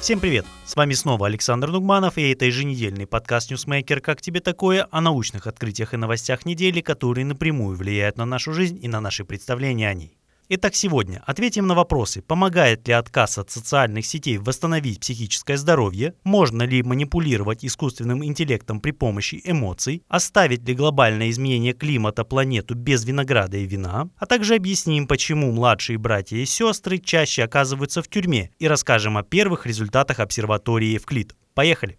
Всем привет! С вами снова Александр Нугманов, и это еженедельный подкаст «Ньюсмейкер. Как тебе такое?» о научных открытиях и новостях недели, которые напрямую влияют на нашу жизнь и на наши представления о ней. Итак, сегодня ответим на вопросы: помогает ли отказ от социальных сетей восстановить психическое здоровье, можно ли манипулировать искусственным интеллектом при помощи эмоций, оставит ли глобальное изменение климата планету без винограда и вина, а также объясним, почему младшие братья и сестры чаще оказываются в тюрьме, и расскажем о первых результатах обсерватории Евклид. Поехали!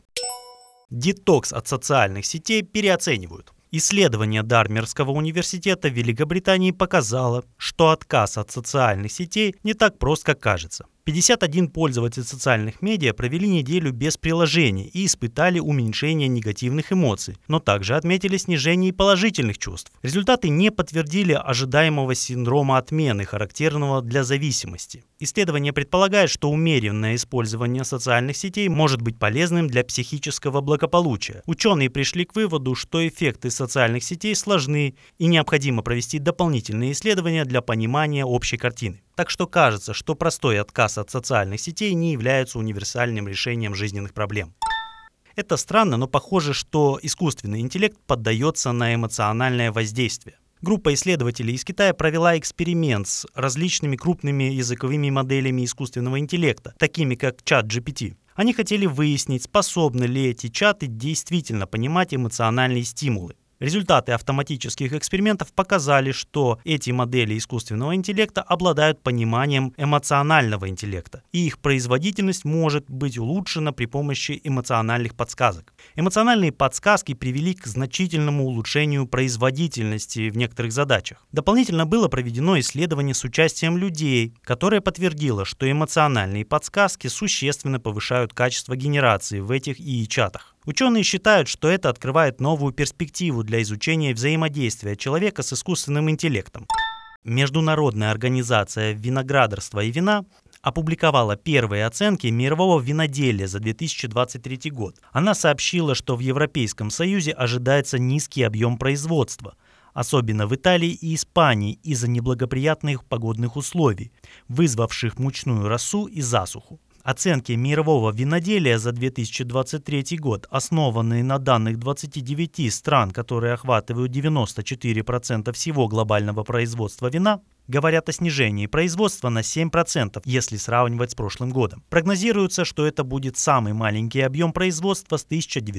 Детокс от социальных сетей переоценивают. Исследование Дармерского университета в Великобритании показало, что отказ от социальных сетей не так прост, как кажется. 51 пользователь социальных медиа провели неделю без приложений и испытали уменьшение негативных эмоций, но также отметили снижение положительных чувств. Результаты не подтвердили ожидаемого синдрома отмены, характерного для зависимости. Исследование предполагает, что умеренное использование социальных сетей может быть полезным для психического благополучия. Ученые пришли к выводу, что эффекты социальных сетей сложны и необходимо провести дополнительные исследования для понимания общей картины. Так что кажется, что простой отказ от социальных сетей не является универсальным решением жизненных проблем. Это странно, но похоже, что искусственный интеллект поддается на эмоциональное воздействие. Группа исследователей из Китая провела эксперимент с различными крупными языковыми моделями искусственного интеллекта, такими как ChatGPT. Они хотели выяснить, способны ли эти чаты действительно понимать эмоциональные стимулы. Результаты автоматических экспериментов показали, что эти модели искусственного интеллекта обладают пониманием эмоционального интеллекта, и их производительность может быть улучшена при помощи эмоциональных подсказок. Эмоциональные подсказки привели к значительному улучшению производительности в некоторых задачах. Дополнительно было проведено исследование с участием людей, которое подтвердило, что эмоциональные подсказки существенно повышают качество генерации в этих ИИ-чатах. Ученые считают, что это открывает новую перспективу для изучения взаимодействия человека с искусственным интеллектом. Международная организация виноградарства и вина опубликовала первые оценки мирового виноделия за 2023 год. Она сообщила, что в Европейском Союзе ожидается низкий объем производства, особенно в Италии и Испании из-за неблагоприятных погодных условий, вызвавших мучную росу и засуху. Оценки мирового виноделия за 2023 год, основанные на данных 29 стран, которые охватывают 94% всего глобального производства вина, говорят о снижении производства на 7%, если сравнивать с прошлым годом. Прогнозируется, что это будет самый маленький объем производства с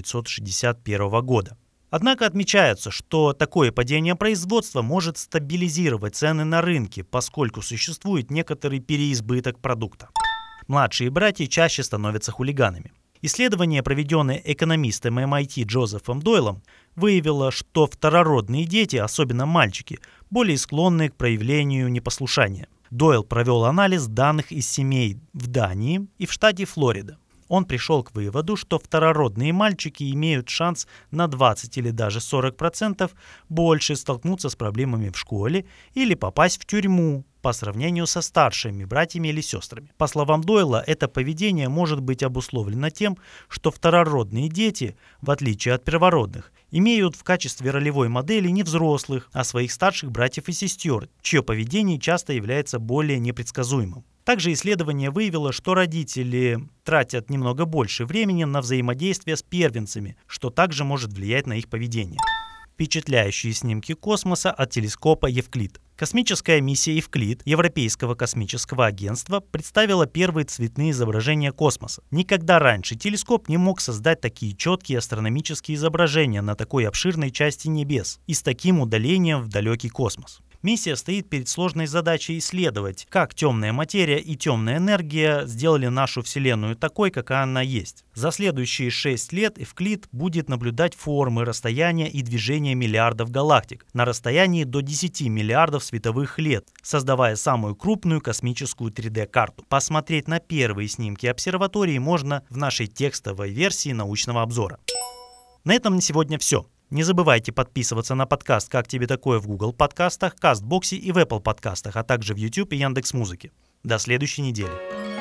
1961 года. Однако отмечается, что такое падение производства может стабилизировать цены на рынке, поскольку существует некоторый переизбыток продукта. Младшие братья чаще становятся хулиганами. Исследование, проведенное экономистом MIT Джозефом Дойлом, выявило, что второродные дети, особенно мальчики, более склонны к проявлению непослушания. Дойл провел анализ данных из семей в Дании и в штате Флорида. Он пришел к выводу, что второродные мальчики имеют шанс на 20 или даже 40% больше столкнуться с проблемами в школе или попасть в тюрьму по сравнению со старшими братьями или сестрами. По словам Дойла, это поведение может быть обусловлено тем, что второродные дети, в отличие от первородных, имеют в качестве ролевой модели не взрослых, а своих старших братьев и сестер, чье поведение часто является более непредсказуемым. Также исследование выявило, что родители тратят немного больше времени на взаимодействие с первенцами, что также может влиять на их поведение. Впечатляющие снимки космоса от телескопа Евклид. Космическая миссия Евклид Европейского космического агентства представила первые цветные изображения космоса. Никогда раньше телескоп не мог создать такие четкие астрономические изображения на такой обширной части небес и с таким удалением в далекий космос. Миссия стоит перед сложной задачей исследовать, как темная материя и темная энергия сделали нашу Вселенную такой, какая она есть. За следующие 6 лет Евклид будет наблюдать формы, расстояния и движения миллиардов галактик на расстоянии до 10 миллиардов световых лет, создавая самую крупную космическую 3D-карту. Посмотреть на первые снимки обсерватории можно в нашей текстовой версии научного обзора. На этом на сегодня все. Не забывайте подписываться на подкаст «Как тебе такое» в Google подкастах, Кастбоксе и в Apple подкастах, а также в YouTube и Яндекс.Музыке. До следующей недели.